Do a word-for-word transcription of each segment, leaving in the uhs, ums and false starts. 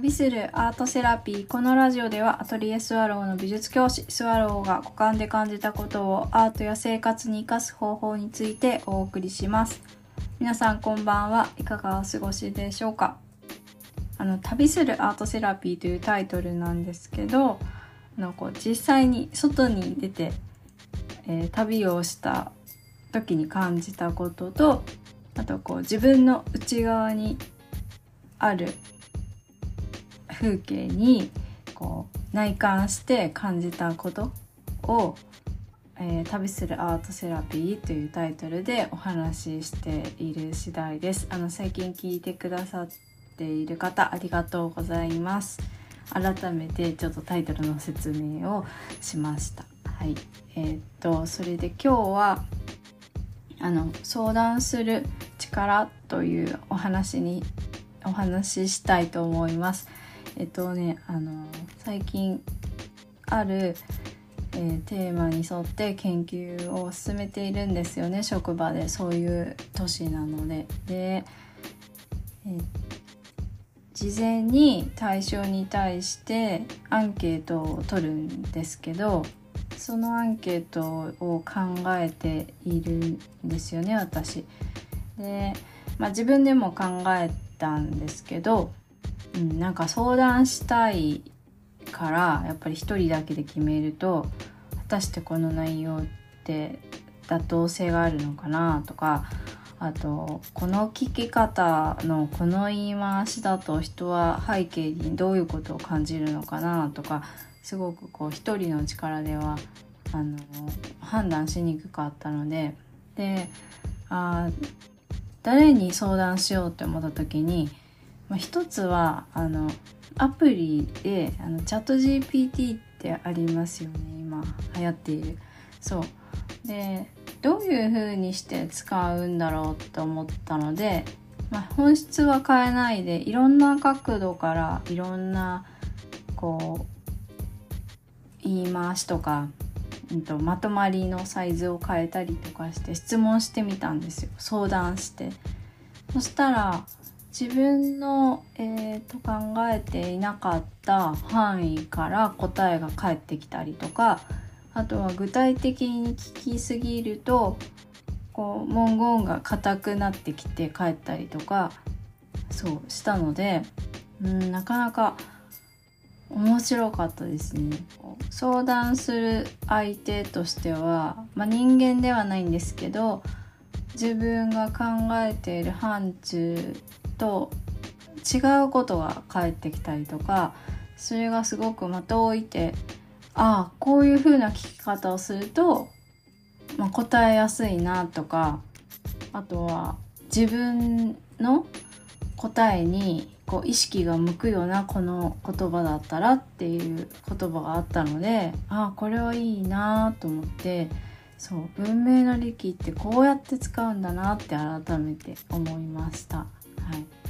旅するアートセラピー。このラジオではアトリエスワローの美術教師スワローが五感で感じたことをアートや生活に生かす方法についてお送りします。皆さんこんばんは。いかがお過ごしでしょうか。あの旅するアートセラピーというタイトルなんですけど、あのこう実際に外に出て、えー、旅をした時に感じたことと、あとこう自分の内側にある風景にこう内観して感じたことを、えー、旅するアートセラピーというタイトルでお話ししている次第です。あの最近聞いてくださっている方ありがとうございます。改めてちょっとタイトルの説明をしました。はい、えー、っとそれで今日はあの相談する力というお話にお話ししたいと思います。えっとねあの最近ある、えー、テーマに沿って研究を進めているんですよね。職場でそういう年なのでで、えー、事前に対象に対してアンケートを取るんですけど、そのアンケートを考えているんですよね、私。で、まあ、自分でも考えたんですけど、うん、なんか相談したいからやっぱり一人だけで決めると、果たしてこの内容って妥当性があるのかなとか、あとこの聞き方のこの言い回しだと人は背景にどういうことを感じるのかなとか、すごくこう一人の力ではあの判断しにくかったので、であ誰に相談しようって思った時に、まあ、一つはあのアプリであのチャット ジーピーティー ってありますよね、今流行っている。そうでどういう風にして使うんだろうと思ったので、まあ、本質は変えないでいろんな角度からいろんなこう言い回しとか、うん、とまとまりのサイズを変えたりとかして質問してみたんですよ。相談して、そしたら自分の、えー、と考えていなかった範囲から答えが返ってきたりとか、あとは具体的に聞きすぎるとこう文言が硬くなってきて返ったりとかそうしたので、うん、なかなか面白かったですね。相談する相手としては、まあ、人間ではないんですけど、自分が考えている範疇と違うことが返ってきたりとか、それがすごく的を置いて、ああこういう風な聞き方をすると、まあ、答えやすいなとか、あとは自分の答えにこう意識が向くようなこの言葉だったらっていう言葉があったので、ああこれはいいなと思って、そう文明の利器ってこうやって使うんだなって改めて思いました。はい、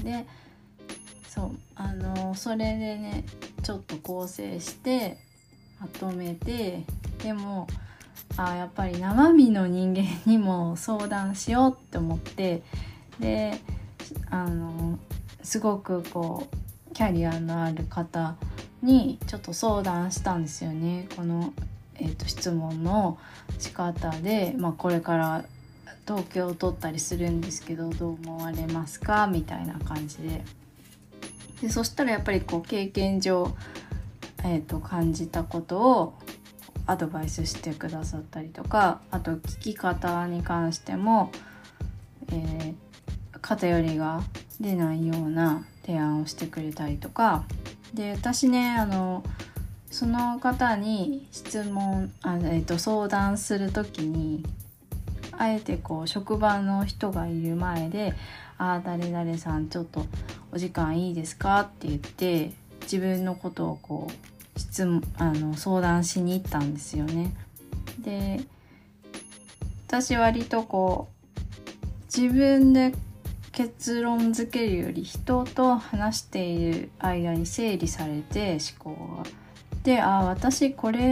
でそうあのそれでねちょっと構成してまとめて、でもあやっぱり生身の人間にも相談しようって思って、であのすごくこうキャリアのある方にちょっと相談したんですよね。この、えーと、質問の仕方で、まあ、これから統計を取ったりするんですけどどう思われますかみたいな感じで、でそしたらやっぱりこう経験上、えーと、感じたことをアドバイスしてくださったりとか、あと聞き方に関しても、えー、偏りが出ないような提案をしてくれたりとかで、私ねあのその方に質問あ、えーと、相談するときにあえてこう職場の人がいる前で、あ誰々さんちょっとお時間いいですかって言って自分のことをこう質問あの相談しに行ったんですよね。で私割とこう自分で結論付けるより人と話している間に整理されて思考がで、あ私これ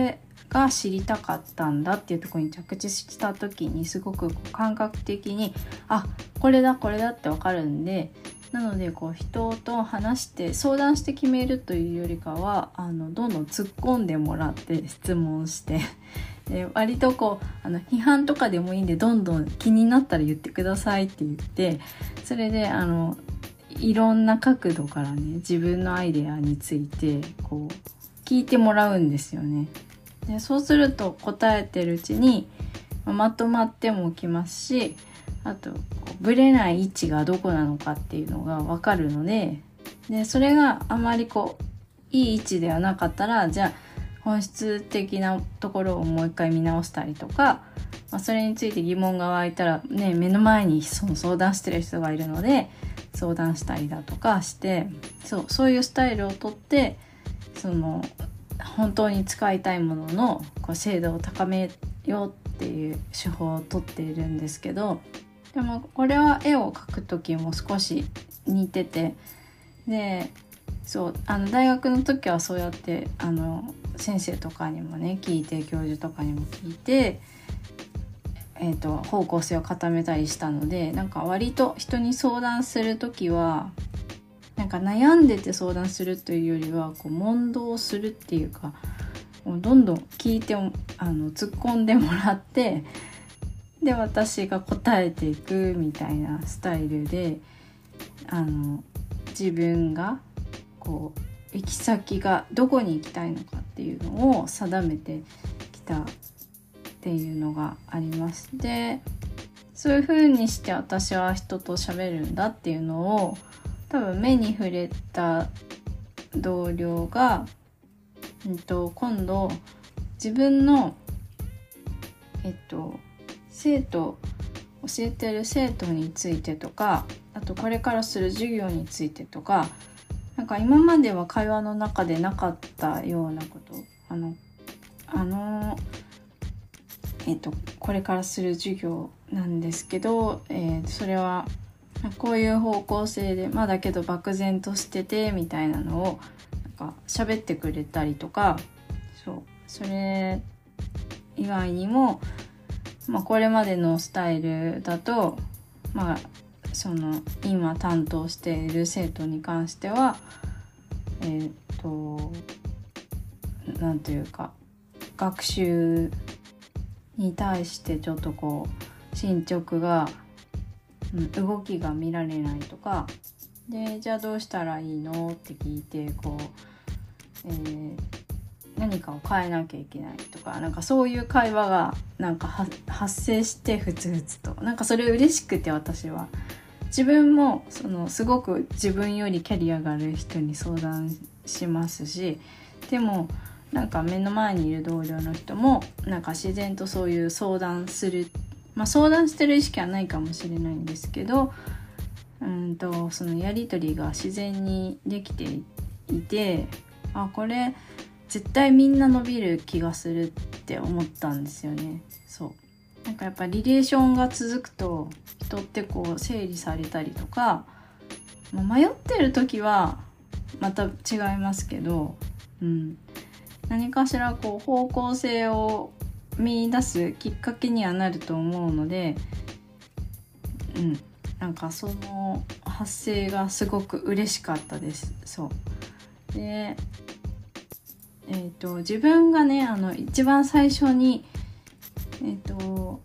が知りたかったんだっていうところに着地した時にすごくこう感覚的にあこれだこれだって分かるんで、なのでこう人と話して相談して決めるというよりかはあのどんどん突っ込んでもらって質問してで割とこうあの批判とかでもいいんでどんどん気になったら言ってくださいって言って、それであのいろんな角度からね自分のアイデアについてこう聞いてもらうんですよね。でそうすると答えてるうちにまとまってもきますし、あとブレない位置がどこなのかっていうのが分かるので、でそれがあまりこういい位置ではなかったらじゃあ本質的なところをもう一回見直したりとか、まあ、それについて疑問が湧いたらね目の前にその相談してる人がいるので相談したりだとかして、そうそういうスタイルをとってその本当に使いたいもののこう精度を高めようっていう手法をとっているんですけど、でもこれは絵を描く時も少し似てて、でそうあの大学の時はそうやってあの先生とかにもね聞いて教授とかにも聞いて、えーと、方向性を固めたりしたので、なんか割と人に相談する時はなんか悩んでて相談するというよりはこう問答するっていうか、もうどんどん聞いてあの突っ込んでもらってで私が答えていくみたいなスタイルであの自分がこう行き先がどこに行きたいのかっていうのを定めてきたっていうのがあります。でそういう風にして私は人と喋るんだっていうのを多分目に触れた同僚が、うんと、今度自分のえっと生徒教えてる生徒についてとか、あとこれからする授業についてとか、なんか今までは会話の中でなかったようなこと、あのあのえっとこれからする授業なんですけど、えー、それはこういう方向性でまあだけど漠然としててみたいなのをなんか喋ってくれたりとか、そうそれ以外にも、まあ、これまでのスタイルだと、まあ、その今担当している生徒に関してはえー、っとなんというか学習に対してちょっとこう進捗が、うん、動きが見られないとかで、じゃあどうしたらいいのって聞いてこう、えー、何かを変えなきゃいけないとか、なんかそういう会話がなんか発生してふつふつと、なんかそれ嬉しくて、私は自分もそのすごく自分よりキャリアがある人に相談しますし、でもなんか目の前にいる同僚の人もなんか自然とそういう相談する、まあ相談してる意識はないかもしれないんですけど、うんとそのやり取りが自然にできていて、あこれ絶対みんな伸びる気がするって思ったんですよね。そうなんかやっぱリレーションが続くと人ってこう整理されたりとか、まあ迷ってる時はまた違いますけど、うん、何かしらこう方向性を見出すきっかけにはなると思うので、うん、なんかその発生がすごく嬉しかったです。そうで、えーと、自分がねあの一番最初にえーと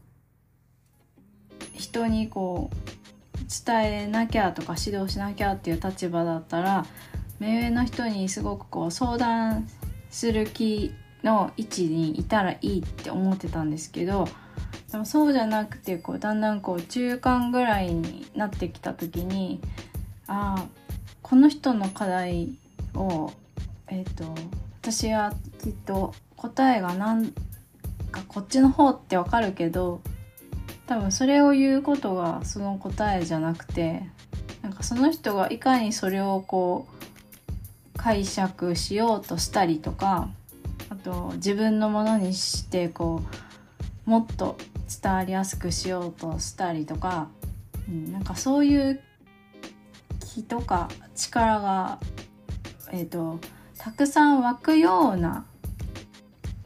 人にこう伝えなきゃとか指導しなきゃっていう立場だったら、目上の人にすごくこう相談する気の位置にいたらいいって思ってたんですけど、でもそうじゃなくてこうだんだんこう中間ぐらいになってきた時に、ああこの人の課題をえっと私はきっと答えがなんかこっちの方ってわかるけど、多分それを言うことがその答えじゃなくて、なんかその人がいかにそれをこう解釈しようとしたりとか、あと自分のものにしてこうもっと伝わりやすくしようとしたりとか、うん、なんかそういう気とか力が、えーと、たくさん湧くような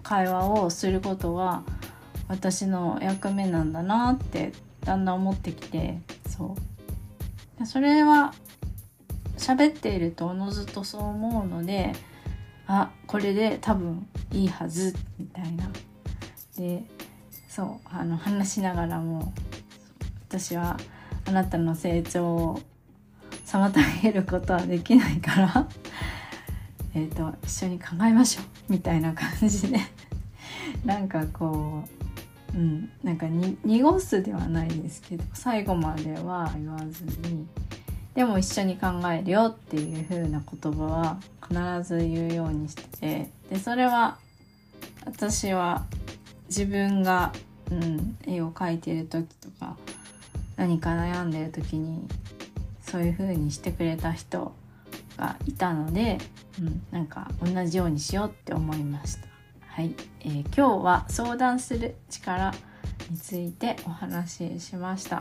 会話をすることは私の役目なんだなってだんだん思ってきて、そうそれは喋っているとおのずとそう思うので、あ、これで多分いいはずみたいな。で、そうあの話しながらも、私はあなたの成長を妨げることはできないからえっと一緒に考えましょうみたいな感じでなんかこう、うん、なんかに濁すではないですけど、最後までは言わずに、でも一緒に考えるよっていう風な言葉は必ず言うようにしてて、でそれは私は自分が、うん、絵を描いてる時とか何か悩んでる時にそういう風にしてくれた人がいたので、うん、なんか同じようにしようって思いました。はい、えー、今日は相談する力についてお話ししました。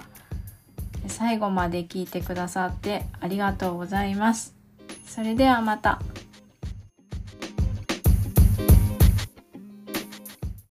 最後まで聞いてくださってありがとうございます。それではまた。